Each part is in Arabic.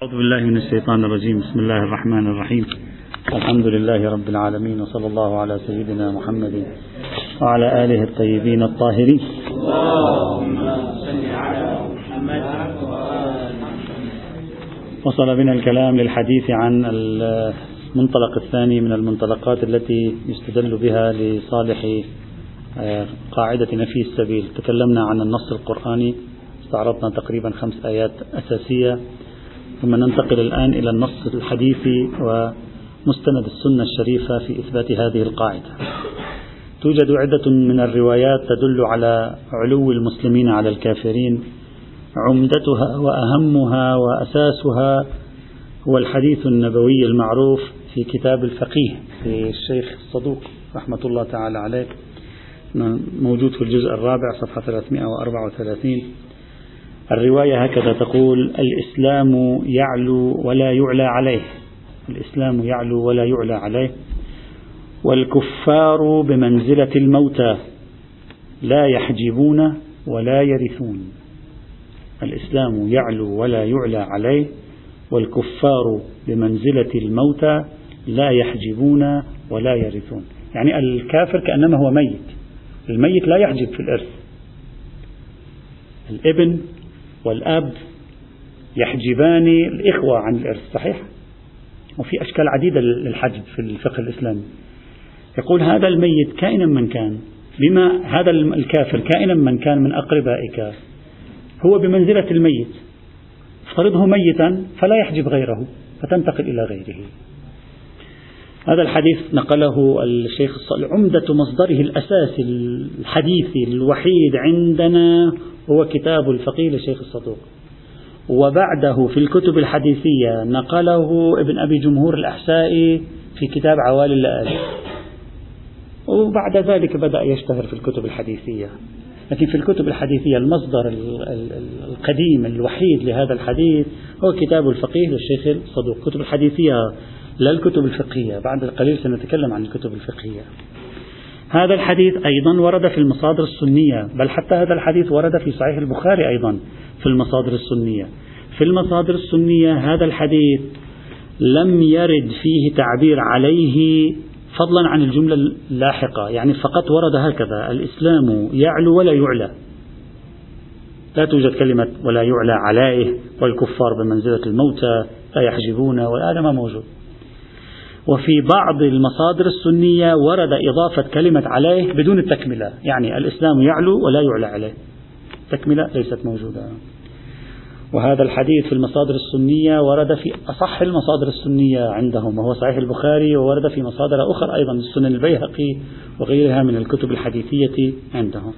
أعوذ بالله من الشيطان الرجيم. بسم الله الرحمن الرحيم. الحمد لله رب العالمين، وصلى الله على سيدنا محمد وعلى آله الطيبين الطاهرين. وصل بنا الكلام للحديث عن المنطلق الثاني من المنطلقات التي يستدل بها لصالح قاعدة نفي السبيل. تكلمنا عن النص القرآني، استعرضنا تقريبا 5 آيات أساسية، ثم ننتقل الآن إلى النص الحديثي ومستند السنة الشريفة في إثبات هذه القاعدة. توجد عدة من الروايات تدل على علو المسلمين على الكافرين، عمدتها وأهمها وأساسها هو الحديث النبوي المعروف في كتاب الفقيه للشيخ الصدوق رحمة الله تعالى عليه، موجود في الجزء الرابع صفحة 334. الرواية هكذا تقول: الإسلام يعلو ولا يعلى عليه، الإسلام يعلو ولا يعلى عليه، والكفار بمنزلة الموتى لا يحجبون ولا يرثون. الإسلام يعلو ولا يعلى عليه، والكفار بمنزلة الموتى لا يحجبون ولا يرثون. يعني الكافر كأنما هو ميت، الميت لا يحجب في الإرث. الابن والأب يحجبان الإخوة عن الإرث، صحيح؟ وفي أشكال عديدة للحجب في الفقه الإسلامي. يقول هذا الميت كائنا من كان، بما هذا الكافر كائنا من كان من أقربائك هو بمنزلة الميت، افترضه ميتا فلا يحجب غيره فتنتقل إلى غيره. هذا الحديث نقله الشيخ الصالح، عمدة مصدره الأساسي الحديثي الوحيد عندنا هو كتاب الفقيه للشيخ الصدوق، وبعده في الكتب الحديثية نقله ابن أبي جمهور الأحسائي في كتاب عوالي اللآلئ، وبعد ذلك بدأ يشتهر في الكتب الحديثية. لكن في الكتب الحديثية المصدر القديم الوحيد لهذا الحديث هو كتاب الفقيه للشيخ الصدوق. الكتب الحديثية لا الكتب الفقهية، بعد القليل سنتكلم عن الكتب الفقهية. هذا الحديث أيضا ورد في المصادر السنية، بل حتى هذا الحديث ورد في صحيح البخاري أيضا في المصادر السنية. في المصادر السنية هذا الحديث لم يرد فيه تعبير عليه فضلا عن الجملة اللاحقة، يعني فقط ورد هكذا: الإسلام يعلو ولا يعلى، لا توجد كلمة ولا يعلى عليه، والكفار بمنزلة الموتى لا يحجبون، وهذا ما موجود. وفي بعض المصادر السنية ورد إضافة كلمة عليه بدون التكملة، يعني الإسلام يعلو ولا يعلى عليه، تكملة ليست موجودة. وهذا الحديث في المصادر السنية ورد في أصح المصادر السنية عندهم، وهو صحيح البخاري، وورد في مصادر أخرى أيضا السنن البيهقي وغيرها من الكتب الحديثية عندهم.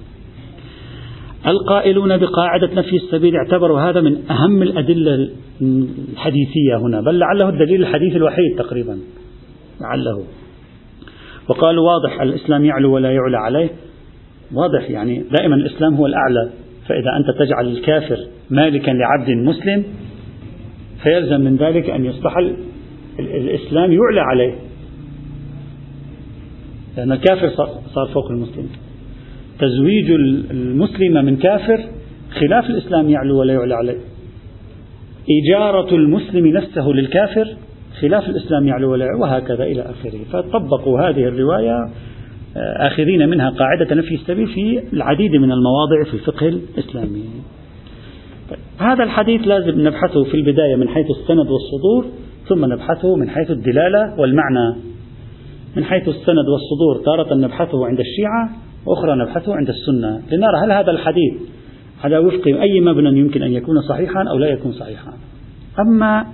القائلون بقاعدة نفي السبيل اعتبروا هذا من أهم الأدلة الحديثية هنا، بل لعله الدليل الحديث الوحيد تقريبا، لعله. وقالوا واضح الإسلام يعلو ولا يعلى عليه، واضح، يعني دائما الإسلام هو الأعلى، فإذا أنت تجعل الكافر مالكا لعبد مسلم فيلزم من ذلك أن يصبح الإسلام يعلى عليه، لأن الكافر صار فوق المسلم. تزويج المسلم من كافر خلاف الإسلام يعلو ولا يعلى عليه. إجارة المسلم نفسه للكافر خلاف الإسلام يعلو ولا يعلى، وهكذا إلى آخره. فطبقوا هذه الرواية آخذين منها قاعدة نفي السبيل في العديد من المواضع في الفقه الإسلامي. هذا الحديث لازم نبحثه في البداية من حيث السند والصدور، ثم نبحثه من حيث الدلالة والمعنى. من حيث السند والصدور تارة نبحثه عند الشيعة، وأخرى نبحثه عند السنة، لنرى هل هذا الحديث على وفق أي مبنى يمكن أن يكون صحيحا أو لا يكون صحيحا. أما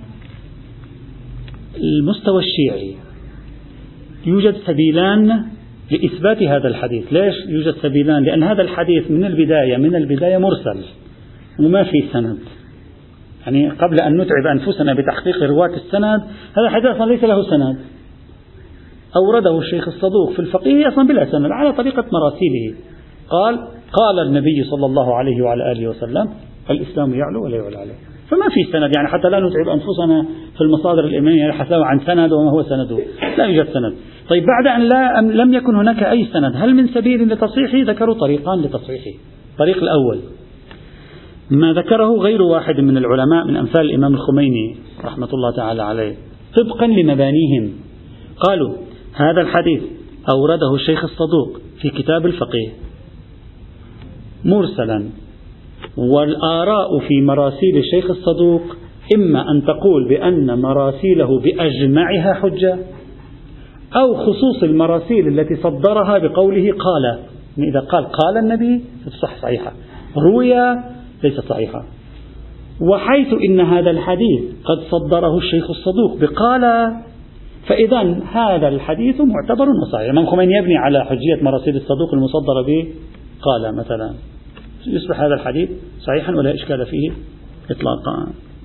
المستوى الشيعي يوجد سبيلان لإثبات هذا الحديث. ليش يوجد سبيلان؟ لأن هذا الحديث من البداية مرسل وما في سند. يعني قبل أن نتعب أنفسنا بتحقيق رواة السند، هذا الحديث أصلا ليس له سند، أورده الشيخ الصدوق في الفقيه أصلا بلا سند على طريقة مراسيله. قال النبي صلى الله عليه وعلى آله وسلم: الإسلام يعلو ولا يعلى عليه. فما في سند، يعني حتى لا نتعب أنفسنا في المصادر الإيمانية يبحثوا عن سند وما هو سنده، لا يوجد سند. طيب بعد أن لم يكن هناك أي سند، هل من سبيل لتصحيحه؟ ذكروا طريقان لتصحيحه. الطريق الأول ما ذكره غير واحد من العلماء من أمثال الإمام الخميني رحمة الله تعالى عليه طبقا لمبانيهم قالوا هذا الحديث أورده الشيخ الصدوق في كتاب الفقيه مرسلا، والآراء في مراسيل الشيخ الصدوق إما أن تقول بأن مراسيله بأجمعها حجة، أو خصوص المراسيل التي صدرها بقوله قال، إذا قال النبي فتصح صحيحة، روي ليست صحيحة. وحيث إن هذا الحديث قد صدره الشيخ الصدوق بقال، فإذا هذا الحديث معتبر وصحيح. الإمام خميني يبني على حجية مراسيل الصدوق المصدرة بقال مثلا، يصبح هذا الحديث صحيحا ولا إشكال فيه إطلاقا.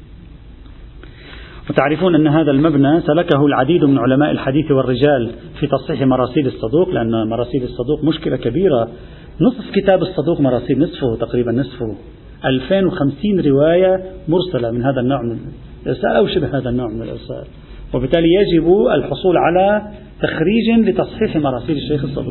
وتعرفون أن هذا المبنى سلكه العديد من علماء الحديث والرجال في تصحيح مراسيل الصدوق، لأن مراسيل الصدوق مشكلة كبيرة. نصف كتاب الصدوق مراسيل، نصفه تقريبا، نصفه 2050 رواية مرسلة من هذا النوع من الإرسال أو شبه هذا النوع من الإرسال، وبالتالي يجب الحصول على تخريج لتصحيح مراسيل الشيخ الصدوق.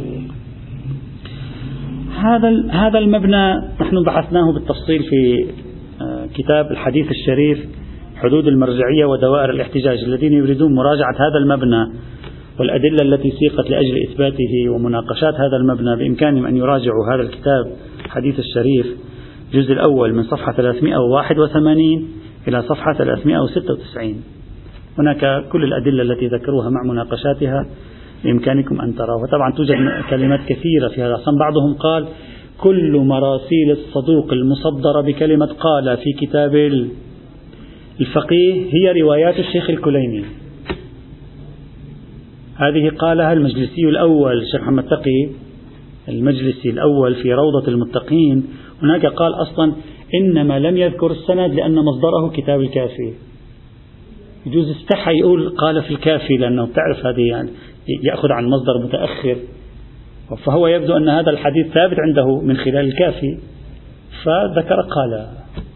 هذا المبنى نحن بحثناه بالتفصيل في كتاب الحديث الشريف حدود المرجعية ودوائر الاحتجاج. الذين يريدون مراجعة هذا المبنى والأدلة التي سيقت لأجل إثباته ومناقشات هذا المبنى بإمكانهم أن يراجعوا هذا الكتاب الحديث الشريف الجزء الأول من صفحة 381 إلى صفحة 396. هناك كل الأدلة التي ذكروها مع مناقشاتها بإمكانكم أن تروا. وطبعا توجد كلمات كثيرة في هذا، بعضهم قال كل مراسيل الصدوق المصدرة بكلمة قال في كتاب الفقيه هي روايات الشيخ الكليني. هذه قالها المجلسي الأول الشيخ محمد تقي المجلسي الأول في روضة المتقين. هناك قال أصلا إنما لم يذكر السند لأن مصدره كتاب الكافي. يجوز استحى يقول قال في الكافي لأنه تعرف هذه يعني يأخذ عن مصدر متأخر، فهو يبدو أن هذا الحديث ثابت عنده من خلال الكافي فذكر قال.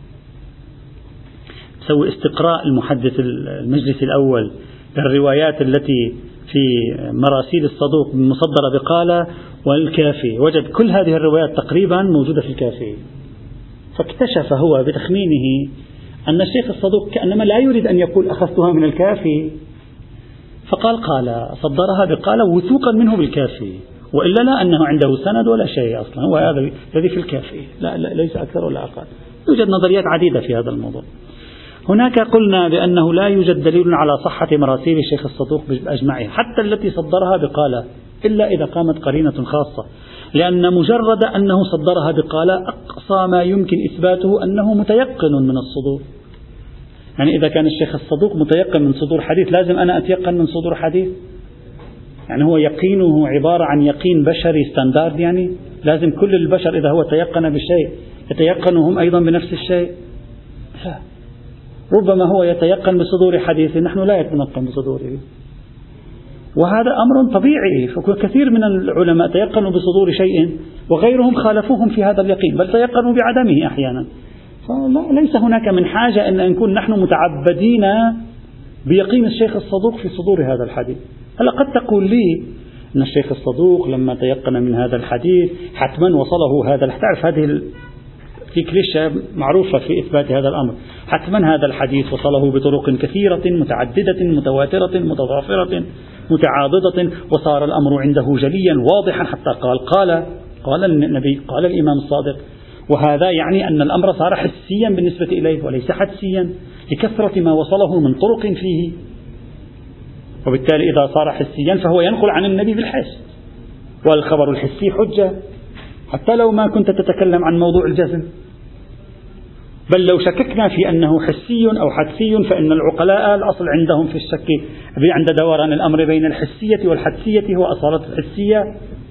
سوي استقراء المحدث المجلس الأول للروايات التي في مراسيل الصدوق مصدرة بقال والكافي، وجد كل هذه الروايات تقريبا موجودة في الكافي. فاكتشف هو بتخمينه أن الشيخ الصدوق كأنما لا يريد أن يقول أخذتها من الكافي، فقال صدرها بقال وثوقا منه بالكافي، وإلا لا أنه عنده سند ولا شيء أصلا، هو هذا الذي في الكافي، لا ليس أكثر ولا أقل. يوجد نظريات عديدة في هذا الموضوع. هناك قلنا بأنه لا يوجد دليل على صحة مراسيل الشيخ الصدوق بأجمعها حتى التي صدرها بقال، إلا إذا قامت قرينة خاصة، لأن مجرد أنه صدرها بقال أقصى ما يمكن إثباته أنه متيقن من الصدور. يعني إذا كان الشيخ الصدوق متيقن من صدور حديث لازم أنا أتيقن من صدور حديث؟ يعني هو يقينه عبارة عن يقين بشري ستاندارد، يعني لازم كل البشر إذا هو تيقن بشيء يتيقنوا هم أيضا بنفس الشيء؟ لا، ربما هو يتيقن بصدور حديث نحن لا نتيقن بصدوره، وهذا أمر طبيعي. فكثير من العلماء تيقنوا بصدور شيء وغيرهم خالفوهم في هذا اليقين، بل تيقنوا بعدمه أحيانا. فليس هناك من حاجة أن نكون نحن متعبدين بيقين الشيخ الصدوق في صدور هذا الحديث. هلا قد تقول لي أن الشيخ الصدوق لما تيقن من هذا الحديث حتما وصله هذا، تعرف هذه في كليشة معروفة في إثبات هذا الأمر، حتما هذا الحديث وصله بطرق كثيرة متعددة متواترة متضافرة متعاضدة، وصار الأمر عنده جليا واضحا حتى قال النبي، قال الإمام الصادق. وهذا يعني أن الأمر صار حسيا بالنسبة إليه وليس حدسيا لكثرة ما وصله من طرق فيه، وبالتالي إذا صار حسيا فهو ينقل عن النبي بالحس، والخبر الحسي حجة حتى لو ما كنت تتكلم عن موضوع الجزم. بل لو شككنا في أنه حسي أو حدسي فإن العقلاء الأصل عندهم في الشك عند دوران الأمر بين الحسية والحدسية هو أصالة الحسية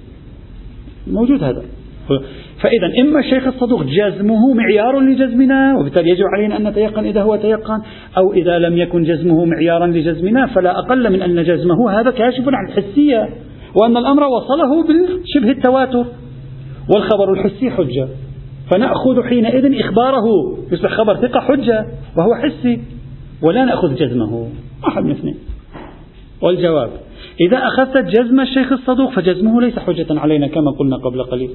موجود هذا. فإذا إما الشيخ الصدوق جزمه معيار لجزمنا وبالتالي يجب علينا أن نتيقن إذا هو تيقن، أو إذا لم يكن جزمه معيارا لجزمنا فلا أقل من أن جزمه هذا كاشف عن الحسية، وأن الأمر وصله بشبه التواتر، والخبر الحسي حجة، فنأخذ حينئذ إخباره يصبح خبر ثقة حجة وهو حسي، ولا نأخذ جزمه. واحد من اثنين. والجواب إذا أخذت جزم الشيخ الصدوق فجزمه ليس حجة علينا كما قلنا قبل قليل،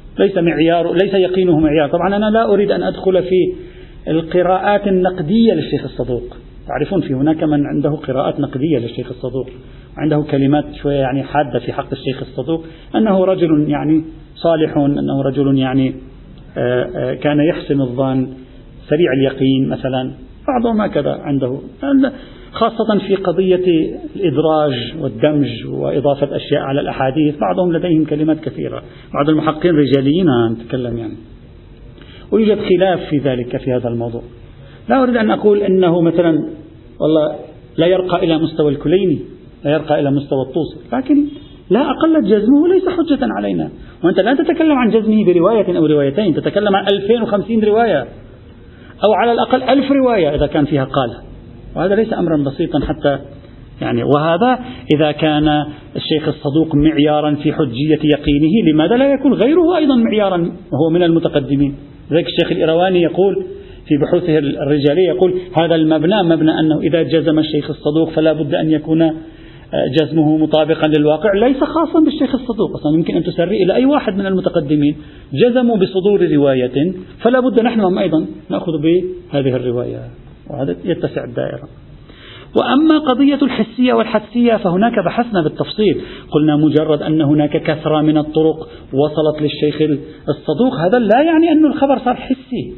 ليس يقينه معيار. طبعا أنا لا أريد أن أدخل في القراءات النقدية للشيخ الصدوق، تعرفون في هناك من عنده قراءات نقدية للشيخ الصدوق، عنده كلمات شوية يعني حادة في حق الشيخ الصدوق، أنه رجل يعني صالح، أنه رجل يعني كان يحسن الظن، سريع اليقين مثلا، بعضهم هكذا عنده، خاصة في قضية الإدراج والدمج وإضافة أشياء على الأحاديث، بعضهم لديهم كلمات كثيرة، بعض المحققين رجاليين نتكلم يعني، ويوجد خلاف في ذلك في هذا الموضوع. لا أريد أن أقول أنه مثلا والله لا يرقى إلى مستوى الكليني، لا يرقى إلى مستوى الطوسي، لكن لا أقل جزمه ليس حجة علينا. وأنت لا تتكلم عن جزمه برواية أو روايتين، تتكلم عن 2050 رواية أو على الأقل 1000 رواية إذا كان فيها قال، وهذا ليس أمرا بسيطا حتى يعني. وهذا إذا كان الشيخ الصدوق معيارا في حجية يقينه، لماذا لا يكون غيره أيضا معيارا وهو من المتقدمين؟ ذلك الشيخ الإيرواني يقول في بحوثه الرجالية، يقول هذا المبنى مبنى أنه إذا جزم الشيخ الصدوق فلا بد أن يكون جزمه مطابقا للواقع، ليس خاصا بالشيخ الصدوق، أصلا يمكن أن تسري إلى أي واحد من المتقدمين جزموا بصدور رواية، فلا بد نحن أيضا نأخذ بهذه الرواية، وهذا يتسع الدائرة. وأما قضية الحسية والحدسية فهناك بحثنا بالتفصيل، قلنا مجرد أن هناك كثرة من الطرق وصلت للشيخ الصدوق هذا لا يعني أن الخبر صار حسي،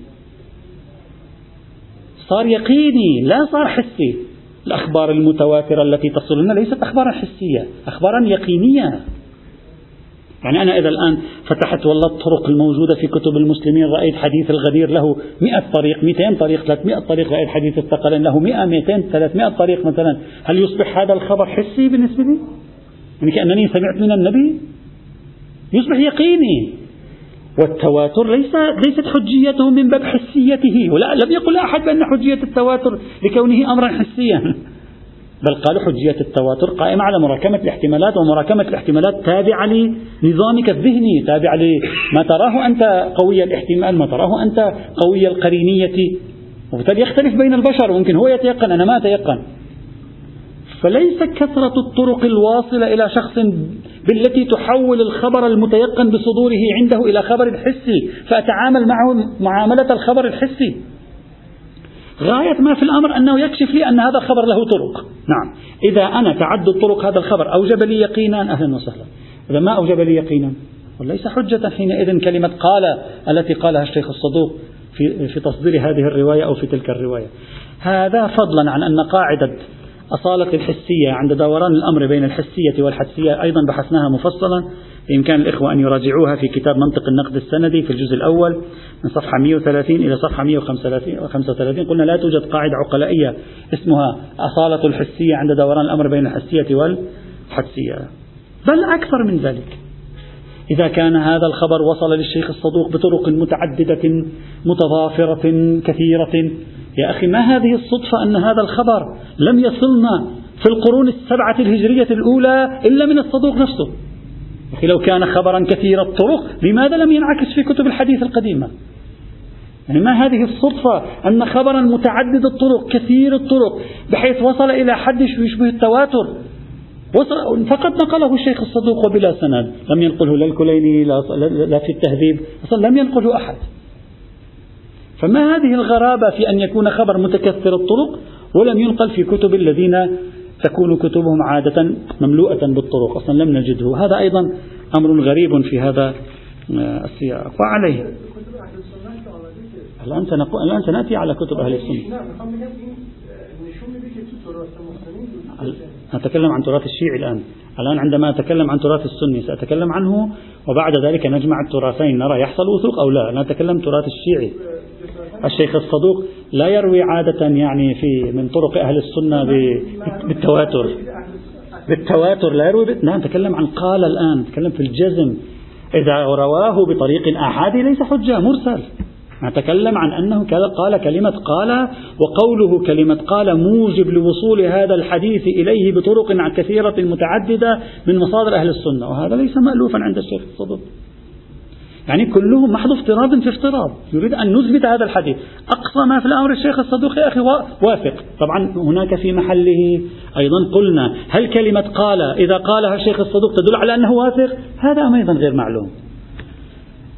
صار يقيني لا صار حسي. الأخبار المتواترة التي تصل لنا ليست أخبارا حسية، أخبارا يقينية. يعني أنا إذا الآن فتحت والله الطرق الموجودة في كتب المسلمين، رأيت حديث الغدير له 100 طريق، 200 طريق، 300 طريق، رأيت حديث الثقلين له 100 200 300 طريق مثلا، هل يصبح هذا الخبر حسي بالنسبة لي؟ يعني كأنني سمعت من النبي؟ يصبح يقيني. والتواتر ليست حجيته من باب حسيته، ولا لم يقل أحد بأن حجية التواتر لكونه أمرا حسيا، بل قالوا حجية التواتر قائمة على مراكمة الاحتمالات، ومراكمة الاحتمالات تابعة لنظامك الذهني، تابعة لما تراه أنت قوي الاحتمال، ما تراه أنت قوي القرينية، وبالتالي يختلف بين البشر، وممكن هو يتيقن أنا ما أتيقن. فليس كثرة الطرق الواصلة إلى شخص بالتي تحول الخبر المتيقن بصدوره عنده إلى خبر حسي، فأتعامل معه معاملة الخبر الحسي. غاية ما في الأمر أنه يكشف لي أن هذا الخبر له طرق. نعم، إذا أنا تعدد طرق هذا الخبر أوجب لي يقينا أهلا وسهلا، إذا ما أوجب لي يقينا وليس حجة حينئذ كلمة قال التي قالها الشيخ الصدوق في تصدير هذه الرواية أو في تلك الرواية. هذا فضلا عن أن قاعدة أصالة الحسية عند دوران الأمر بين الحسية والحدسية أيضا بحثناها مفصلا، بإمكان الإخوة أن يراجعوها في كتاب منطق النقد السندي في الجزء الأول من صفحة 130 إلى صفحة 135. قلنا لا توجد قاعدة عقلائية اسمها أصالة الحسية عند دوران الأمر بين الحسية والحدسية، بل أكثر من ذلك. إذا كان هذا الخبر وصل للشيخ الصدوق بطرق متعددة متضافرة كثيرة، يا أخي ما هذه الصدفة أن هذا الخبر لم يصلنا في القرون 7 الهجرية الأولى إلا من الصدوق نفسه؟ أخي لو كان خبرا كثير الطرق لماذا لم ينعكس في كتب الحديث القديمة؟ يعني ما هذه الصدفة أن خبرا متعدد الطرق كثير الطرق بحيث وصل إلى حد يشبه التواتر فقد نقله الشيخ الصدوق وبلا سند، لم ينقله لا الكليني لا في التهذيب، أصلا لم ينقله أحد. فما هذه الغرابة في أن يكون خبر متكثر الطرق ولم ينقل في كتب الذين تكون كتبهم عادة مملوءة بالطرق، أصلا لم نجده. هذا أيضا أمر غريب في هذا السياق. وعليه الآن سنأتي على كتب أهل السنة. أتكلم عن تراث الشيعي الآن عندما أتكلم عن تراث السني سأتكلم عنه، وبعد ذلك نجمع التراثين نرى يحصل وثوق أو لا. أنا أتكلم تراث الشيعي. الشيخ الصدوق لا يروي عادة يعني من طرق أهل السنة بالتواتر لا يروي لا، نتكلم عن قال الآن، نتكلم في الجزم. إذا رواه بطريق أحادي ليس حجة مرسل. نتكلم عن أنه قال كلمة قال، وقوله كلمة قال موجب لوصول هذا الحديث إليه بطرق كثيرة متعددة من مصادر أهل السنة، وهذا ليس مألوفا عند الشيخ الصدوق. يعني كلهم محض افتراض في افتراض، يريد أن نثبت هذا الحديث. أقصى ما في الأمر الشيخ الصدوق يا أخي وافق. طبعا هناك في محله أيضا قلنا هل كلمة قال إذا قالها الشيخ الصدوق تدل على أنه وافق؟ هذا أيضا غير معلوم.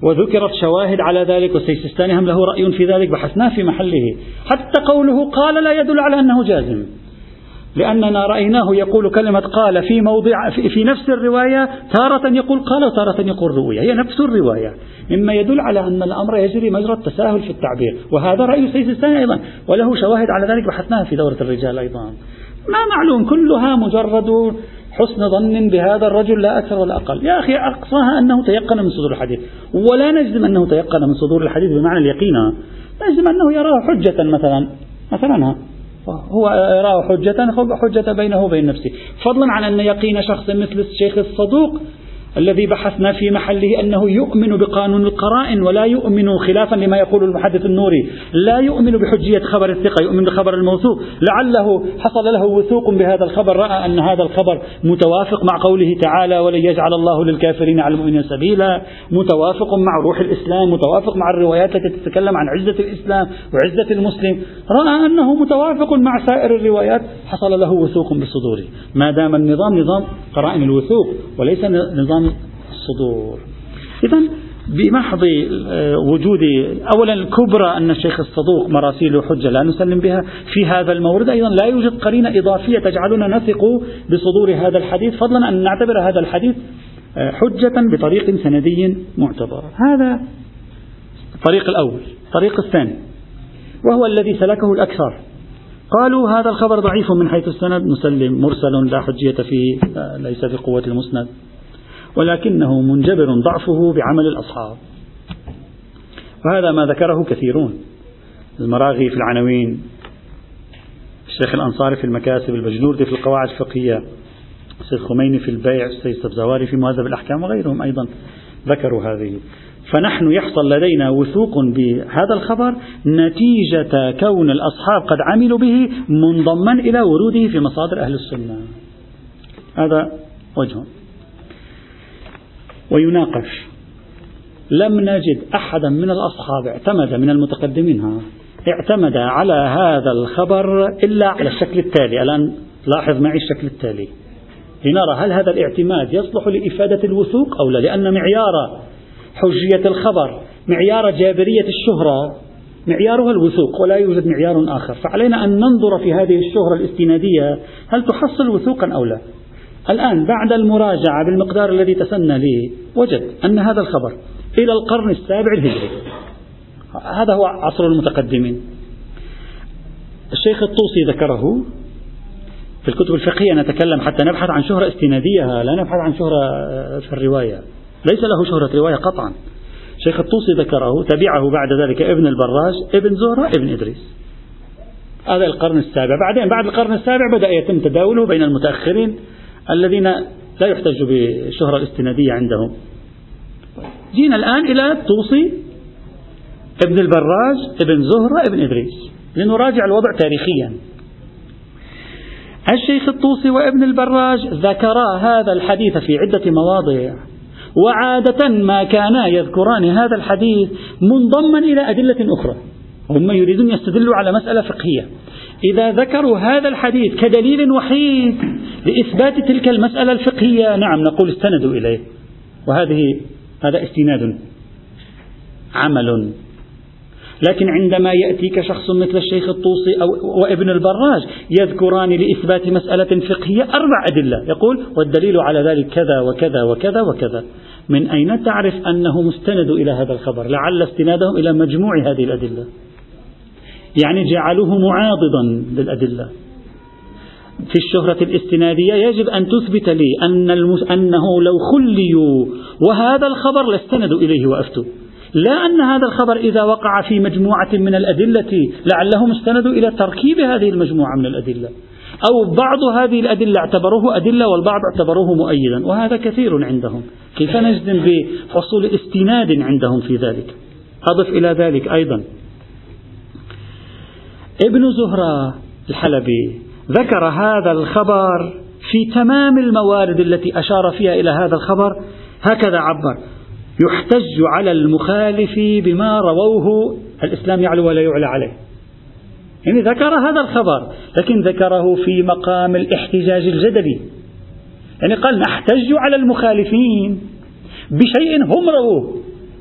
وذكرت شواهد على ذلك، والسيستاني هم له رأي في ذلك بحثناه في محله. حتى قوله قال لا يدل على أنه جازم، لأننا رأيناه يقول كلمة قال في موضع في نفس الرواية، تارة يقول قال وتارة يقول روي، هي نفس الرواية، مما يدل على أن الأمر يجري مجرى التساهل في التعبير. وهذا رأي السيستاني أيضا، وله شواهد على ذلك بحثناها في دورة الرجال أيضا. ما معلوم، كلها مجرد حسن ظن بهذا الرجل لا أكثر ولا أقل. يا أخي أقصاها أنه تيقن من صدور الحديث، ولا نجزم أنه تيقن من صدور الحديث بمعنى اليقين، نجزم أنه يراه حجة مثلا هو يراه حجة بينه وبين نفسه، فضلا عن أن يقين شخص مثل الشيخ الصدوق الذي بحثنا في محله أنه يؤمن بقانون القرائن، ولا يؤمن خلافا لما يقول المحدث النوري، لا يؤمن بحجية خبر الثقة، يؤمن بخبر الموثوق. لعله حصل له وثوق بهذا الخبر، رأى أن هذا الخبر متوافق مع قوله تعالى ولن يجعل الله للكافرين على المؤمنين سبيلا، متوافق مع روح الإسلام، متوافق مع الروايات التي تتكلم عن عزة الإسلام وعزة المسلم، رأى أنه متوافق مع سائر الروايات، حصل له وثوق بصدوره. ما دام النظام نظام قرائن الوثوق وليس نظام الصدور. إذن بمحض وجود أولا الكبرى أن الشيخ الصدوق مراسيله حجة لا نسلم بها، في هذا المورد أيضا لا يوجد قرينة إضافية تجعلنا نثق بصدور هذا الحديث، فضلا أن نعتبر هذا الحديث حجة بطريق سندي معتبر. هذا الطريق الأول. الطريق الثاني وهو الذي سلكه الأكثر، قالوا هذا الخبر ضعيف من حيث السند، نسلم مرسل لا حجية فيه، ليس في قوة المسند، ولكنه منجبر ضعفه بعمل الأصحاب. وهذا ما ذكره كثيرون، المراغي في العناوين، الشيخ الأنصاري في المكاسب، البجنوردي في القواعد الفقهية، السيد خميني في البيع، السيد السبزواري في مهذب الأحكام، وغيرهم أيضا ذكروا هذه. فنحن يحصل لدينا وثوق بهذا الخبر نتيجة كون الأصحاب قد عملوا به منضما إلى وروده في مصادر أهل السنة. هذا وجه. ويناقش، لم نجد أحدا من الأصحاب اعتمد من المتقدمين اعتمد على هذا الخبر إلا على الشكل التالي. الآن لاحظ معي الشكل التالي لنرى هل هذا الاعتماد يصلح لإفادة الوثوق أو لا، لأن معيار حجية الخبر، معيار جابرية الشهرة، معيارها الوثوق ولا يوجد معيار آخر، فعلينا أن ننظر في هذه الشهرة الاستنادية هل تحصل وثوقا أو لا. الآن بعد المراجعة بالمقدار الذي تسنى لي وجد أن هذا الخبر إلى القرن السابع الهجري، هذا هو عصر المتقدمين. الشيخ الطوسي ذكره في الكتب الفقهية، نتكلم حتى نبحث عن شهرة استنادية، لا نبحث عن شهرة في الرواية، ليس له شهرة رواية قطعا. الشيخ الطوسي ذكره، تبعه بعد ذلك ابن البراج، ابن زهرة، ابن إدريس. هذا القرن السابع. بعدين بعد القرن السابع بدأ يتم تداوله بين المتأخرين الذين لا يحتج بالشهرة الاستنادية عندهم. جينا الآن إلى الطوسي، ابن البراج، ابن زهرة، ابن إدريس، لنراجع الوضع تاريخيا. الشيخ الطوسي وابن البراج ذكرا هذا الحديث في عدة مواضع، وعادة ما كانا يذكران هذا الحديث منضما إلى أدلة أخرى، هم يريدون يستدلوا على مسألة فقهية. إذا ذكروا هذا الحديث كدليل وحيد لإثبات تلك المسألة الفقهية، نعم نقول استندوا إليه، هذا استناد عمل. لكن عندما يأتيك شخص مثل الشيخ الطوسي وابن البراج يذكران لإثبات مسألة فقهية 4 أدلة، يقول والدليل على ذلك كذا وكذا وكذا وكذا، من أين تعرف أنه مستند إلى هذا الخبر؟ لعل استنادهم إلى مجموع هذه الأدلة، يعني جعلوه معاضدا للأدلة. في الشهرة الاستنادية يجب أن تثبت لي أنه لو خليوا وهذا الخبر لاستندوا إليه وأفتوا، لا أن هذا الخبر إذا وقع في مجموعة من الأدلة لعلهم استندوا إلى تركيب هذه المجموعة من الأدلة، أو بعض هذه الأدلة اعتبروه أدلة والبعض اعتبروه مؤيدا، وهذا كثير عندهم. كيف نجزم بحصول استناد عندهم في ذلك؟ أضف إلى ذلك أيضا ابن زهرة الحلبي ذكر هذا الخبر في تمام الموارد التي أشار فيها إلى هذا الخبر، هكذا عبر: يحتج على المخالف بما رووه، الإسلام يعلو ولا يعلى عليه. يعني ذكر هذا الخبر لكن ذكره في مقام الاحتجاج الجدلي، يعني قال نحتج على المخالفين بشيء هم رووه،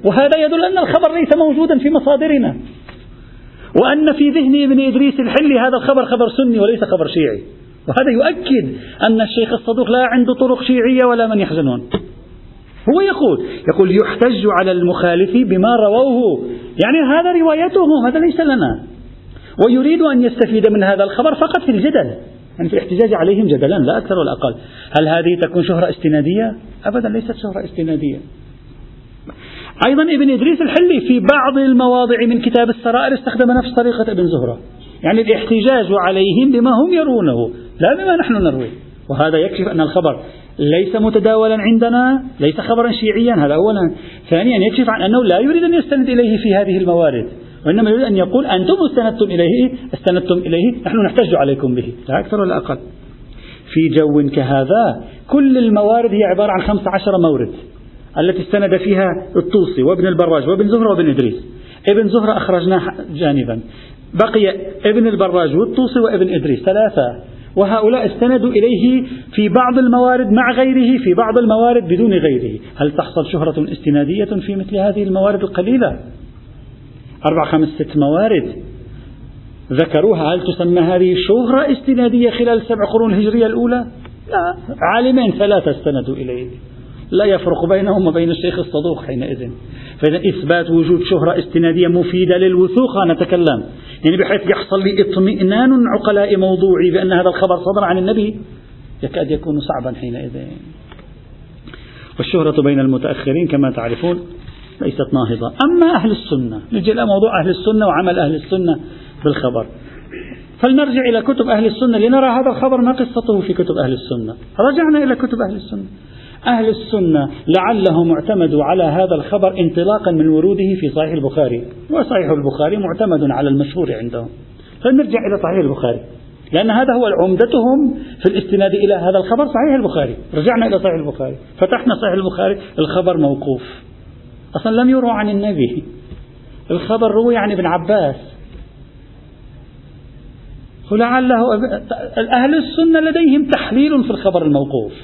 وهذا يدل أن الخبر ليس موجودا في مصادرنا، وأن في ذهن ابن إدريس الحلي هذا الخبر خبر سني وليس خبر شيعي. وهذا يؤكد أن الشيخ الصدوق لا عنده طرق شيعية ولا من يحزنون. هو يقول يحتج على المخالف بما رووه، يعني هذا روايتهم، هذا ليس لنا، ويريد أن يستفيد من هذا الخبر فقط في الجدل، يعني في الاحتجاج عليهم جدلا لا أكثر ولا أقل. هل هذه تكون شهرة استنادية؟ أبدا ليست شهرة استنادية. أيضا ابن إدريس الحلي في بعض المواضع من كتاب السرائر استخدم نفس طريقة ابن زهرة، يعني الاحتجاج عليهم بما هم يرونه لا بما نحن نروي، وهذا يكشف أن الخبر ليس متداولا عندنا، ليس خبرا شيعيا، هذا أولا. ثانيا يكشف عن أنه لا يريد أن يستند إليه في هذه الموارد، وإنما يريد أن يقول أنتم استندتم إليه نحن نحتج عليكم به، لا أكثر ولا أقل. في جو كهذا كل الموارد هي عبارة عن 15 مورد التي استند فيها الطوسي وابن البراج وابن زهرة وابن إدريس. ابن زهرة أخرجناه جانبا، بقي ابن البراج والطوسي وابن إدريس 3، وهؤلاء استندوا إليه في بعض الموارد مع غيره، في بعض الموارد بدون غيره. هل تحصل شهرة استنادية في مثل هذه الموارد القليلة؟ 4 5 6 موارد ذكروها، هل تسمى هذه شهرة استنادية خلال 7 قرون الهجرية الأولى؟ لا، عالمين 3 استندوا إليه، لا يفرق بينهم وبين الشيخ الصدوق حينئذ. فإذا إثبات وجود شهرة استنادية مفيدة للوثوق نتكلم، يعني بحيث يحصل لي اطمئنان عقلاء موضوعي بأن هذا الخبر صدر عن النبي، يكاد يكون صعبا حينئذ. والشهرة بين المتأخرين كما تعرفون ليست ناهضة. أما أهل السنة، نجي إلى موضوع أهل السنة وعمل أهل السنة بالخبر. فلنرجع إلى كتب أهل السنة لنرى هذا الخبر ما قصته في كتب أهل السنة. رجعنا إلى كتب أهل السنة. أهل السنة لعلهم اعتمدوا على هذا الخبر انطلاقا من وروده في صحيح البخاري، وصحيح البخاري معتمد على المشهور عندهم. فنرجع إلى صحيح البخاري، لأن هذا هو عمدتهم في الاستناد إلى هذا الخبر، صحيح البخاري. رجعنا إلى صحيح البخاري، فتحنا صحيح البخاري، الخبر موقوف، أصلا لم يروى عن النبي، الخبر روي عن ابن عباس. ولعله أهل السنة لديهم تحليل في الخبر الموقوف،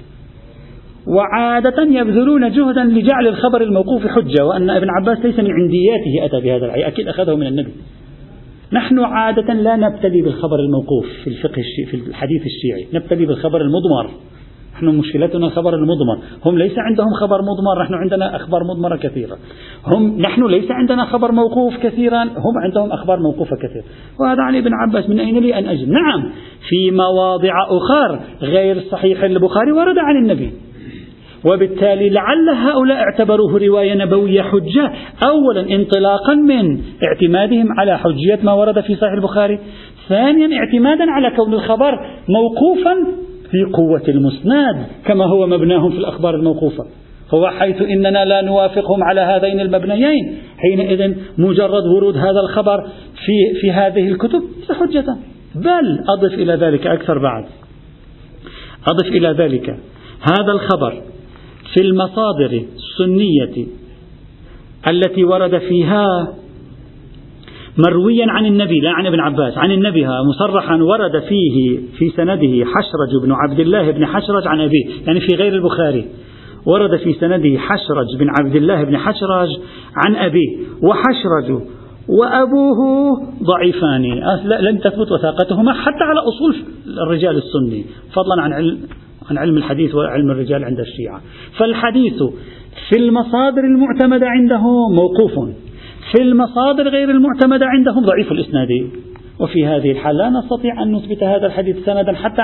وعادة يبذلون جهدا لجعل الخبر الموقوف حجة، وأن ابن عباس ليس من عندياته أتى بهذا العي، أكيد أخذه من النبي. نحن عادة لا نبتلي بالخبر الموقوف في الفقه في الحديث الشيعي، نبتلي بالخبر المضمر. نحن مشكلتنا الخبر المضمر، هم ليس عندهم خبر مضمر، نحن عندنا أخبار مضمرة كثيرة. نحن ليس عندنا خبر موقوف كثيرا، هم عندهم أخبار موقوفة كثيرة. وهذا عن ابن عباس، من أين لي أن أجد؟ نعم، في مواضع أخرى غير صحيح البخاري ورد عن النبي، وبالتالي لعل هؤلاء اعتبروه رواية نبوية حجة، أولا انطلاقا من اعتمادهم على حجية ما ورد في صحيح البخاري، ثانيا اعتمادا على كون الخبر موقوفا في قوة المسناد كما هو مبناهم في الأخبار الموقوفة. هو حيث إننا لا نوافقهم على هذين المبنيين، حينئذ مجرد ورود هذا الخبر في هذه الكتب ليس حجة. بل أضف إلى ذلك أكثر بعد، أضف إلى ذلك هذا الخبر في المصادر السنية التي ورد فيها مرويا عن النبي لا عن ابن عباس، عن النبي مصرحا ورد فيه في سنده حشرج بن عبد الله بن حشرج عن أبيه، يعني في غير البخاري ورد في سنده حشرج بن عبد الله بن حشرج عن أبيه، وحشرج وأبوه ضعيفان لم تثبت وثاقتهما حتى على أصول الرجال السني، فضلا عن علم الحديث وعلم الرجال عند الشيعة. فالحديث في المصادر المعتمدة عندهم موقوف، في المصادر غير المعتمدة عندهم ضعيف الإسناد. وفي هذه الحال لا نستطيع أن نثبت هذا الحديث سندا حتى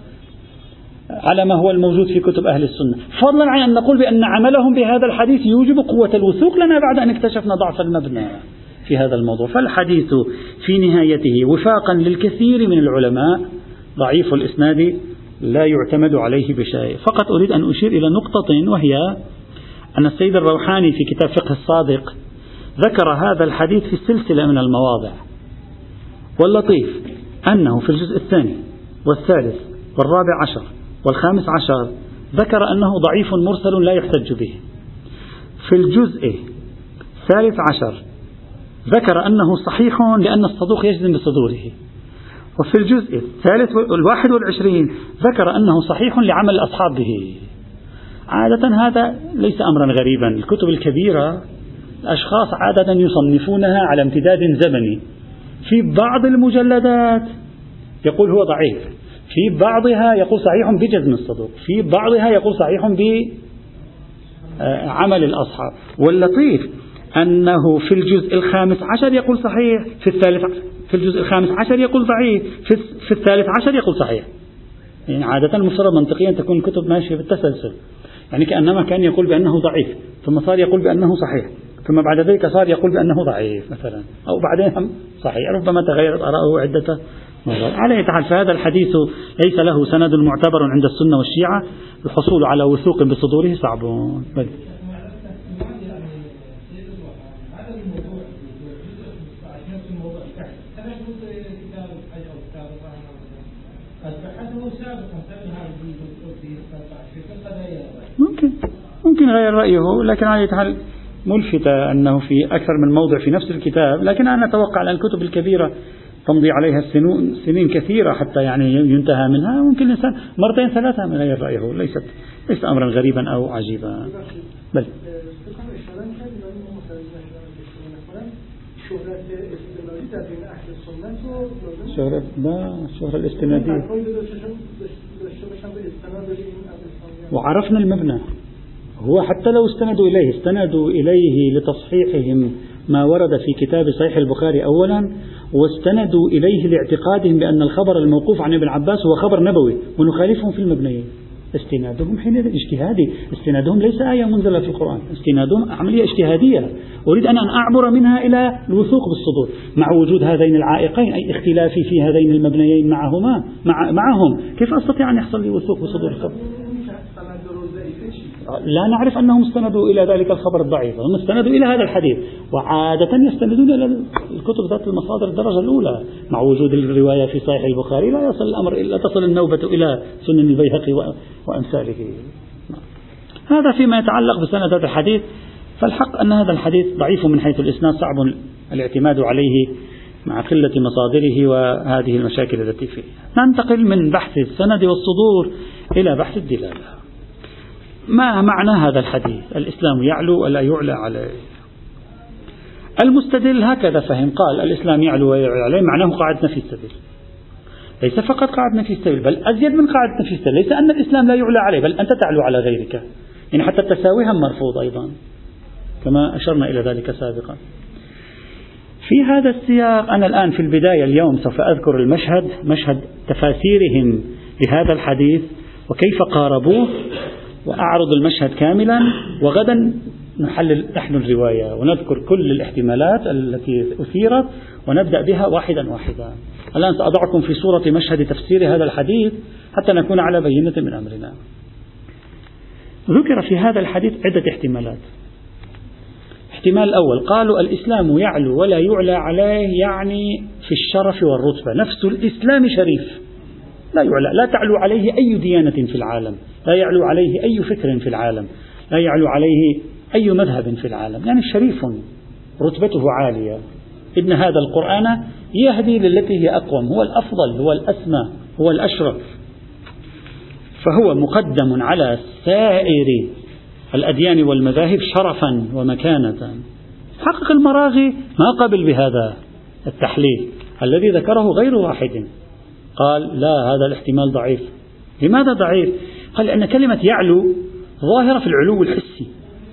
على ما هو الموجود في كتب أهل السنة، فضلا عن أن نقول بأن عملهم بهذا الحديث يوجب قوة الوثوق لنا بعد أن اكتشفنا ضعف المبنى في هذا الموضوع. فالحديث في نهايته وفاقا للكثير من العلماء ضعيف الإسناد لا يعتمد عليه بشيء. فقط أريد أن أشير إلى نقطة، وهي أن السيد الروحاني في كتاب فقه الصادق ذكر هذا الحديث في السلسلة من المواضع، واللطيف أنه في الجزء الثاني والثالث والرابع عشر والخامس عشر ذكر أنه ضعيف مرسل لا يحتج به. في الجزء الثالث عشر ذكر أنه صحيح لأن الصدوق يجزم بصدوره. وفي الجزء الثالث 21 ذكر أنه صحيح لعمل أصحابه. عادة هذا ليس أمرا غريبا، الكتب الكبيرة الأشخاص عادة يصنفونها على امتداد زمني. في بعض المجلدات يقول هو ضعيف، في بعضها يقول صحيح بجزم الصدوق، في بعضها يقول صحيح بعمل الأصحاب. واللطيف أنه في الجزء 15 يقول صحيح، في الجزء 15 يقول ضعيف، في 13 يقول صحيح. يعني عادة المفترض منطقيا تكون الكتب ماشية بالتسلسل، يعني كأنما كان يقول بأنه ضعيف ثم صار يقول بأنه صحيح ثم بعد ذلك صار يقول بأنه ضعيف مثلا، أو بعدين هم صحيح، ربما تغيرت آراءه عدة مرات. على أي حال فهذا الحديث ليس له سند معتبر عند السنة والشيعة، الحصول على وثوق بصدوره صعب. ممكن غير رأيه، لكن على حال ملفتة أنه في أكثر من موضع في نفس الكتاب، لكن أنا أتوقع أن الكتب الكبيرة تمضي عليها سنين كثيرة حتى يعني ينتهى منها. ممكن الإنسان مرتين ثلاثة من غير رأيه، ليس أمرا غريبا أو عجيبا. بل شهرة الاستنادية، وعرفنا المبنى. هو حتى لو استندوا إليه لتصحيحهم ما ورد في كتاب صحيح البخاري أولا، واستندوا إليه لاعتقادهم بأن الخبر الموقوف عن ابن عباس هو خبر نبوي ونخالفهم في المبنيين. استنادهم حينئذ اجتهادي، استنادهم ليس آية منزلة في القرآن، استنادهم عملية اجتهادية أريد أن أعبر منها إلى الوثوق بالصدور، مع وجود هذين العائقين أي اختلافي في هذين المبنيين معهم كيف أستطيع أن يحصل لي وثوق بصدور الخبر؟ لا نعرف أنهم استندوا إلى ذلك الخبر الضعيف، هم استندوا إلى هذا الحديث، وعادة يستندون إلى الكتب ذات المصادر الدرجة الأولى. مع وجود الرواية في صحيح البخاري لا يصل الأمر، لا تصل النوبة إلى سنن البيهقي وأمثاله. هذا فيما يتعلق بسند هذا الحديث. فالحق أن هذا الحديث ضعيف من حيث الإسناد، صعب الاعتماد عليه مع قلة مصادره وهذه المشاكل التي فيه. ننتقل من بحث السند والصدور إلى بحث الدلالة. ما معنى هذا الحديث؟ الإسلام يعلو ولا يعلى عليه؟ المستدل هكذا فهم، قال الإسلام يعلو ويعلى عليه، معناه قاعدة نفي السبيل. ليس فقط قاعدة نفي السبيل، بل أزيد من قاعدة نفي السبيل. ليس أن الإسلام لا يعلى عليه، بل أنت تعلو على غيرك، يعني حتى التساوي هم مرفوض أيضا كما أشرنا إلى ذلك سابقا. في هذا السياق أنا الآن في البداية اليوم سوف أذكر مشهد تفاسيرهم لهذا الحديث وكيف قاربوه، وأعرض المشهد كاملا، وغدا نحلل نحن الرواية ونذكر كل الاحتمالات التي أثيرت ونبدأ بها واحدا واحدا. الآن سأضعكم في صورة مشهد تفسير هذا الحديث حتى نكون على بينة من أمرنا. ذكر في هذا الحديث عدة احتمالات. الاحتمال الأول قالوا الإسلام يعلو ولا يعلى عليه، يعني في الشرف والرتبة، نفس الإسلام شريف لا يعلى، لا تعلو عليه أي ديانة في العالم، لا يعلو عليه أي فكر في العالم، لا يعلو عليه أي مذهب في العالم، يعني شريف رتبته عالية. إن هذا القرآن يهدي للتي هي أقوم، هو الأفضل، هو الأسمى، هو الأشرف، فهو مقدم على سائر الأديان والمذاهب شرفا ومكانة. حقق المراغي ما قبل بهذا التحليل الذي ذكره غير واحد، قال لا هذا الاحتمال ضعيف. لماذا ضعيف؟ قال لأن كلمة يعلو ظاهرة في العلو الحسي،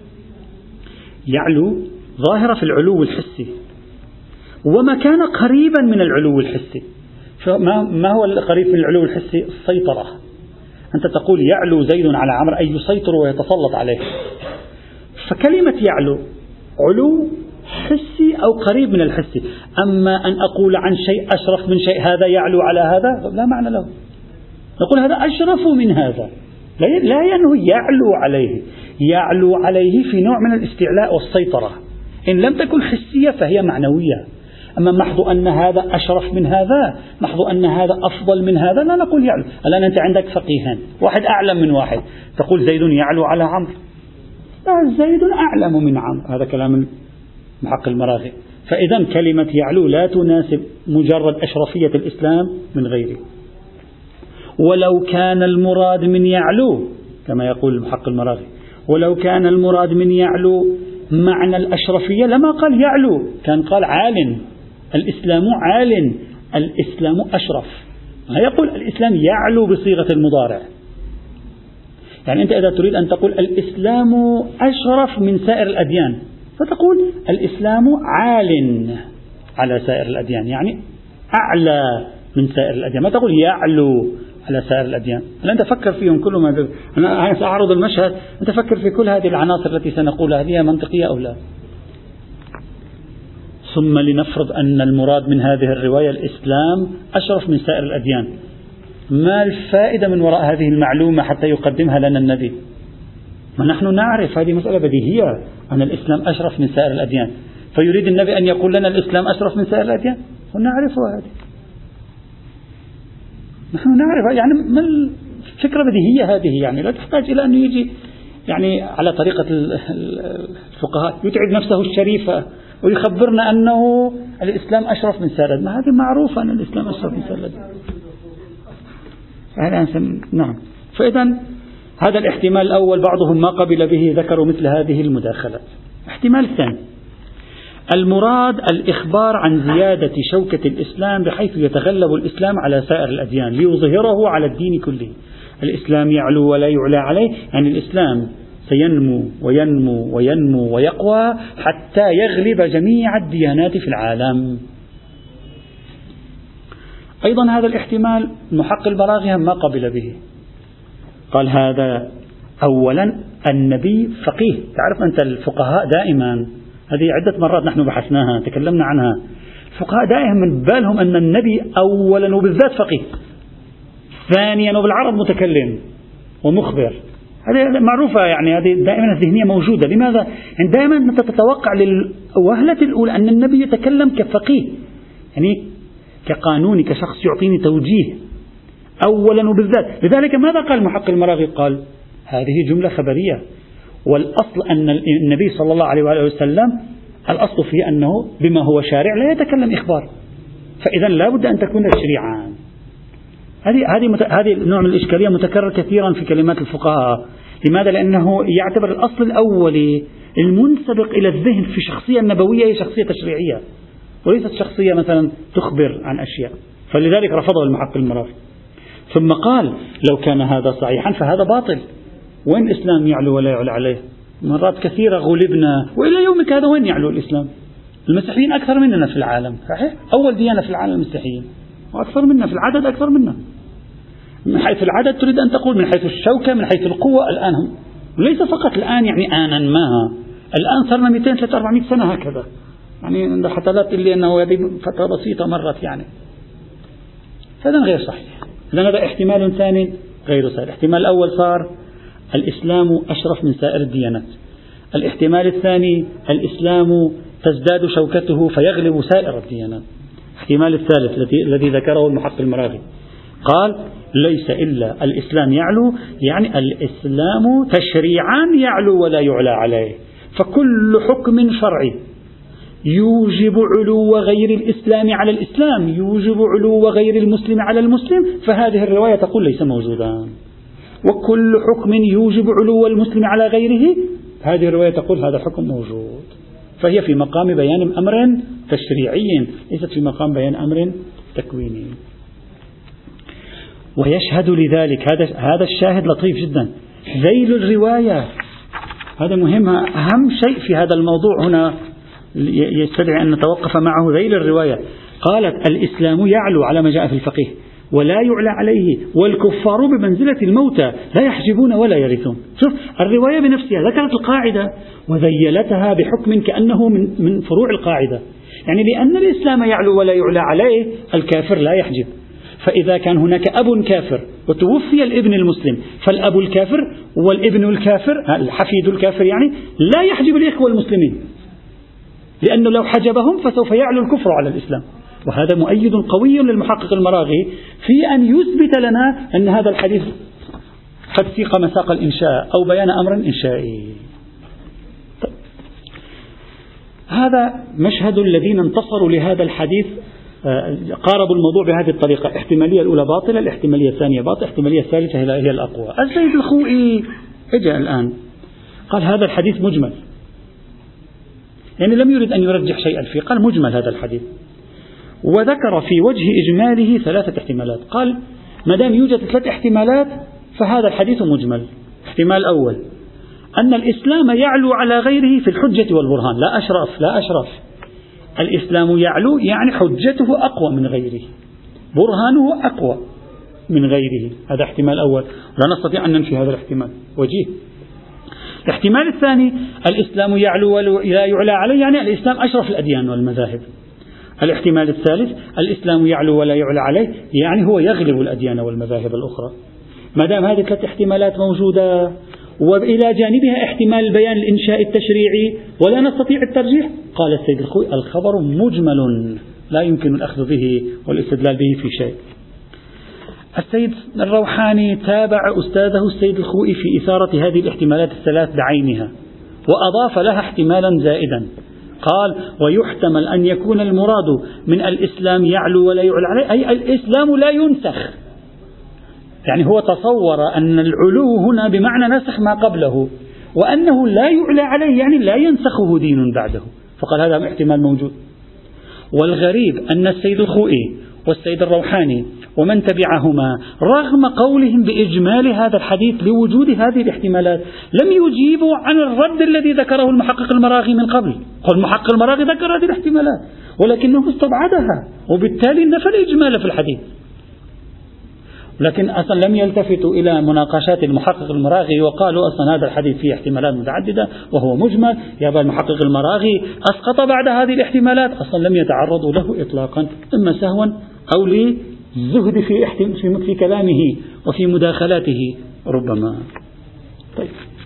يعلو ظاهرة في العلو الحسي، وما كان قريبا من العلو الحسي. ما هو القريب من العلو الحسي؟ السيطرة. أنت تقول يعلو زيد على عمرو أي يسيطر ويتسلط عليه، فكلمة يعلو علو حسي أو قريب من الحسي. أما أن أقول عن شيء أشرف من شيء هذا يعلو على هذا لا معنى له، نقول هذا أشرف من هذا، لا أنه يعلو عليه، يعلو عليه في نوع من الاستعلاء والسيطرة، إن لم تكن حسية فهي معنوية. أما محض أن هذا أشرف من هذا، محض أن هذا أفضل من هذا، لا نقول يعلو. الآن أنت عندك فقيهان، واحد أعلم من واحد، تقول زيد يعلو على عمرو، لا زيد أعلم من عمرو، هذا كلام محق المراغي. فإذا كلمة يعلو لا تناسب مجرد أشرفية الإسلام من غيره. ولو كان المراد من يعلو كما يقول محق المراغي، ولو كان المراد من يعلو معنى الأشرفية لما قال يعلو، كان قال عال، الإسلام عال، الإسلام أشرف. يقول الإسلام يعلو بصيغة المضارع. يعني أنت إذا تريد أن تقول الإسلام أشرف من سائر الأديان فتقول الإسلام عال على سائر الأديان، يعني أعلى من سائر الأديان، ما تقول يعلو على سائر الأديان. هل أنت فكر فيهم كلهم؟ أنا سأعرض المشهد، أنت فكر في كل هذه العناصر التي سنقولها، هل هي منطقية أو لا؟ ثم لنفرض أن المراد من هذه الرواية الإسلام أشرف من سائر الأديان، ما الفائدة من وراء هذه المعلومة حتى يقدمها لنا النبي؟ ونحن نعرف هذه مسألة بديهية أن الإسلام أشرف من سائر الأديان، فيريد النبي أن يقول لنا الإسلام أشرف من سائر الأديان، ونعرفها هذه، نحن نعرف، يعني ما الفكرة بديهية هذه، يعني لا تحتاج إلى أن يجي يعني على طريقة الفقهاء يتعب نفسه الشريفة ويخبرنا أنه الإسلام أشرف من سائر الأديان. ما هذه معروفة أن الإسلام أشرف من سائر الأديان. نعم. فإذا هذا الاحتمال الأول بعضهم ما قبل به، ذكروا مثل هذه المداخلات. احتمال ثاني، المراد الإخبار عن زيادة شوكة الإسلام بحيث يتغلب الإسلام على سائر الأديان ليظهره على الدين كله. الإسلام يعلو ولا يعلى عليه، يعني الإسلام سينمو وينمو وينمو ويقوى حتى يغلب جميع الديانات في العالم. أيضا هذا الاحتمال محقق البراغي ما قبل به، قال هذا أولا النبي فقيه. تعرف أنت الفقهاء دائما، هذه عدة مرات نحن بحثناها تكلمنا عنها، الفقهاء دائما من بالهم أن النبي أولا وبالذات فقيه، ثانيا وبالعرب متكلم ومخبر، هذه معروفة، يعني هذه دائما الذهنية موجودة. لماذا؟ يعني دائما أنت تتوقع للوهلة الأولى أن النبي يتكلم كفقيه، يعني كقانوني، كشخص يعطيني توجيه أولا وبالذات. لذلك ماذا قال المحقق المراغي؟ قال هذه جملة خبرية، والأصل أن النبي صلى الله عليه وآله وسلم الأصل فيه أنه بما هو شارع لا يتكلم إخبار، فإذا لا بد أن تكون تشريعا. هذه نوع من الإشكالية متكرر كثيرا في كلمات الفقهاء. لماذا؟ لأنه يعتبر الأصل الأولي المنسبق إلى الذهن في الشخصية النبوية هي شخصية تشريعية وليست شخصية مثلا تخبر عن أشياء، فلذلك رفضه المحقق المراغي. ثم قال لو كان هذا صحيحا فهذا باطل، وين الإسلام يعلو ولا يعلى عليه؟ مرات كثيرة غلبنا، وإلى يومك هذا وين يعلو الإسلام؟ المسيحيين أكثر مننا في العالم، صحيح؟ أول ديانة في العالم المسيحيين، وأكثر منا في العدد، أكثر منا من حيث العدد، تريد أن تقول من حيث الشوكة، من حيث القوة. الآن هم ليس فقط الآن، يعني آنا ما، الآن صرنا 200-400 سنة هكذا، يعني حتى لا تقول لي أنه هذه فترة بسيطة مرت يعني. هذا غير صحيح. إذن هذا احتمال ثاني غير صحيح. الاحتمال الأول صار الإسلام أشرف من سائر الديانات. الاحتمال الثاني الإسلام تزداد شوكته فيغلب سائر الديانات. الاحتمال الثالث الذي ذكره المحقق المراغي قال ليس إلا الإسلام يعلو، يعني الإسلام تشريعا يعلو ولا يعلى عليه، فكل حكم شرعي يوجب علو غير الإسلام على الإسلام، يوجب علو غير المسلم على المسلم، فهذه الرواية تقول ليس موجودا. وكل حكم يوجب علو المسلم على غيره، هذه الرواية تقول هذا حكم موجود. فهي في مقام بيان أمر تشريعي، ليست في مقام بيان أمر تكويني. ويشهد لذلك هذا الشاهد لطيف جدا، ذيل الرواية. هذا مهم، أهم شيء في هذا الموضوع هنا يستدعي أن نتوقف معه. ذيل الرواية قالت الإسلام يعلو على ما جاء في الفقيه ولا يعلى عليه، والكفار بمنزلة الموتى لا يحجبون ولا يرثون. شوف الرواية بنفسها ذكرت القاعدة وذيلتها بحكم كأنه من فروع القاعدة، يعني لأن الإسلام يعلو ولا يعلى عليه الكافر لا يحجب. فإذا كان هناك أب كافر وتوفي الابن المسلم، فالأب الكافر والابن الكافر الحفيد الكافر يعني لا يحجب الإخوة المسلمين، لأنه لو حجبهم فسوف يعلو الكفر على الإسلام. وهذا مؤيد قوي للمحقق المراغي في أن يثبت لنا أن هذا الحديث قد سيق مساق الإنشاء أو بيان أمر إنشائي. هذا مشهد الذين انتصروا لهذا الحديث، قاربوا الموضوع بهذه الطريقة. الاحتمالية الأولى باطلة، الاحتمالية الثانية باطلة، الاحتمالية الثالثة هي الأقوى. السيد الخوئي اجى الآن قال هذا الحديث مجمل، يعني لم يرد أن يرجح شيئا فيه، قال مجمل هذا الحديث. وذكر في وجه إجماله 3 احتمالات، قال ما دام يوجد 3 احتمالات فهذا الحديث مجمل. احتمال الأول أن الإسلام يعلو على غيره في الحجة والبرهان، لا أشرف. الإسلام يعلو يعني حجته أقوى من غيره، برهانه أقوى من غيره، هذا احتمال أول، لا نستطيع أن ننفي هذا الاحتمال، وجيه. الاحتمال الثاني الإسلام يعلو ولا يعلى عليه، يعني الإسلام أشرف الأديان والمذاهب. الاحتمال الثالث الإسلام يعلو ولا يعلى عليه، يعني هو يغلب الأديان والمذاهب الأخرى. ما دام هذه 3 احتمالات موجودة وإلى جانبها احتمال بيان الإنشاء التشريعي ولا نستطيع الترجيح، قال السيد الخوئي الخبر مجمل لا يمكن الأخذ به والاستدلال به في شيء. السيد الروحاني تابع أستاذه السيد الخوئي في إثارة هذه الاحتمالات ال3 بعينها، وأضاف لها احتمالا زائدا، قال ويحتمل أن يكون المراد من الإسلام يعلو ولا يعلى عليه أي الإسلام لا ينسخ، يعني هو تصور أن العلو هنا بمعنى نسخ ما قبله، وأنه لا يعلى عليه يعني لا ينسخه دين بعده، فقال هذا احتمال موجود. والغريب أن السيد الخوئي والسيد الروحاني ومن تبعهما رغم قولهم بإجمال هذا الحديث لوجود هذه الاحتمالات لم يجيبوا عن الرد الذي ذكره المحقق المراغي من قبل. قال المحقق المراغي ذكر هذه الاحتمالات ولكنه استبعدها، وبالتالي نفى الإجمال في الحديث، لكن أصلا لم يلتفتوا إلى مناقشات المحقق المراغي وقالوا أصلا هذا الحديث فيه احتمالات متعددة وهو مجمل، يا المحقق المراغي أسقط بعد هذه الاحتمالات، أصلا لم يتعرضوا له إطلاقا، إما سهوا أو للزهد في كلامه وفي مداخلاته ربما. طيب.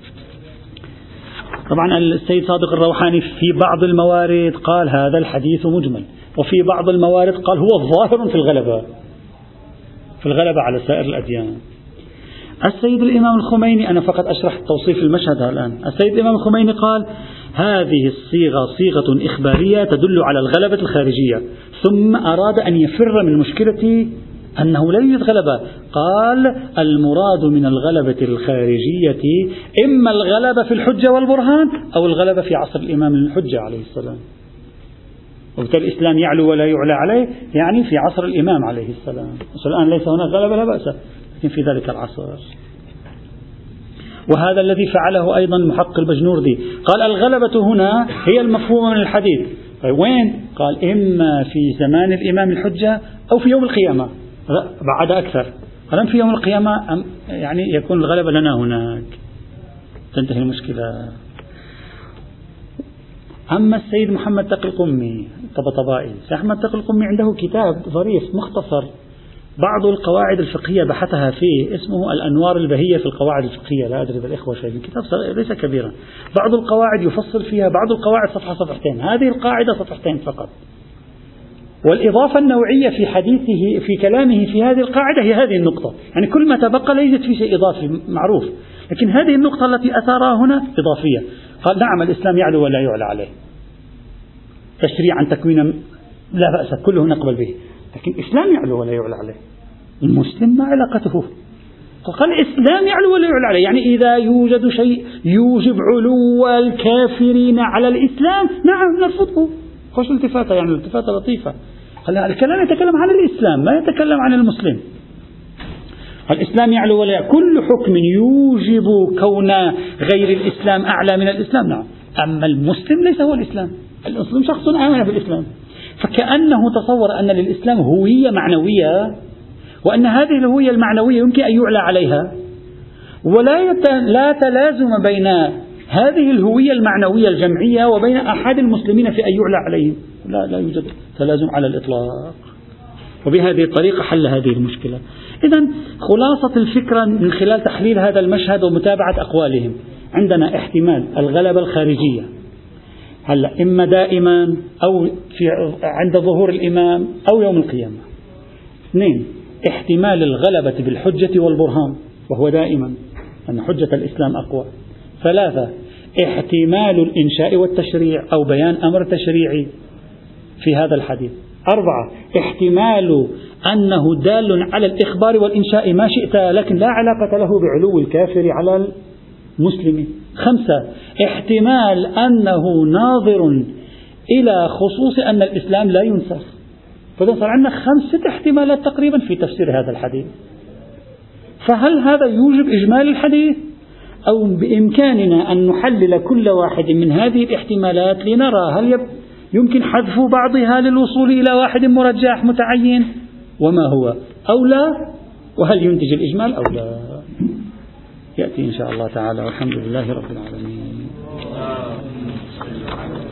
طبعا السيد صادق الروحاني في بعض الموارد قال هذا الحديث مجمل، وفي بعض الموارد قال هو ظاهر في الغلبة على سائر الأديان. السيد الإمام الخميني، أنا فقط أشرح توصيف المشهد الآن، السيد الإمام الخميني قال هذه الصيغة صيغة إخبارية تدل على الغلبة الخارجية، ثم أراد أن يفر من مشكلة أنه لا يوجد غلبة، قال المراد من الغلبة الخارجية إما الغلبة في الحجة والبرهان أو الغلبة في عصر الإمام الحجة عليه السلام، وبالتالي الإسلام يعلو ولا يعلى عليه يعني في عصر الإمام عليه السلام، الآن ليس هناك غلبة لا بأس، لكن في ذلك العصر. وهذا الذي فعله أيضا محقق البجنوردي، قال الغلبة هنا هي المفهومة من الحديث، وين؟ قال إما في زمان الإمام الحجة أو في يوم القيامة، بعد أكثر، قال في يوم القيامة يعني يكون الغلبة لنا هناك، تنتهي المشكلة. أما السيد محمد تقي القمي طبطبائي، السيد محمد تقي القمي عنده كتاب ظريف مختصر بعض القواعد الفقهية بحثها فيه، اسمه الأنوار البهية في القواعد الفقهية، لا أدري إذا الإخوة شايفين، كتاب ليس كبيرا، بعض القواعد يفصل فيها، بعض القواعد صفحة صفحتين، هذه القاعدة صفحتين فقط. والإضافة النوعية في حديثه في كلامه في هذه القاعدة هي هذه النقطة، يعني كل ما تبقى لا يوجد في شيء إضافي معروف، لكن هذه النقطة التي أثارها هنا إضافية. قال نعم الإسلام يعلو ولا يعلى عليه تشريعا تكوينا لا بأس كله نقبل به، لكن الإسلام يعلو ولا يعلى عليه، المسلم ما علاقته؟ قال الإسلام يعلو ولا يعلى عليه، يعني إذا يوجد شيء يوجب علو الكافرين على الإسلام نعم نرفضه، خوش التفاتة، يعني التفاتة لطيفة. هلا الكلام يتكلم عن الإسلام ما يتكلم عن المسلم. الإسلام يعلو ولا يعلى، كل حكم يوجب كون غير الإسلام أعلى من الإسلام نعم، أما المسلم ليس هو الإسلام، المسلم شخص آمن بالإسلام، فكأنه تصور أن للإسلام هوية معنوية، وأن هذه الهوية المعنوية يمكن أن يعلى عليها، لا تلازم بين هذه الهوية المعنوية الجمعية وبين أحد المسلمين في أن يعلى عليهم، لا يوجد تلازم على الإطلاق. وبهذه الطريقة حل هذه المشكلة. إذن خلاصة الفكرة من خلال تحليل هذا المشهد ومتابعة أقوالهم، عندنا احتمال الغلبة الخارجية هلا إما دائما أو عند ظهور الإمام أو يوم القيامة. 2 احتمال الغلبة بالحجة والبرهان وهو دائما أن حجة الإسلام أقوى. 3 احتمال الإنشاء والتشريع أو بيان أمر تشريعي في هذا الحديث. 4 احتمال أنه دال على الإخبار والإنشاء ما شئت، لكن لا علاقة له بعلو الكافر على المسلم. 5 احتمال أنه ناظر إلى خصوص أن الإسلام لا ينسخ. فصار عندنا 5-6 احتمالات تقريبا في تفسير هذا الحديث. فهل هذا يوجب إجمال الحديث، أو بإمكاننا أن نحلل كل واحد من هذه الاحتمالات لنرى هل يمكن حذف بعضها للوصول إلى واحد مرجح متعين وما هو، أو لا، وهل ينتج الإجمال أو لا؟ يأتي إن شاء الله تعالى، والحمد لله رب العالمين.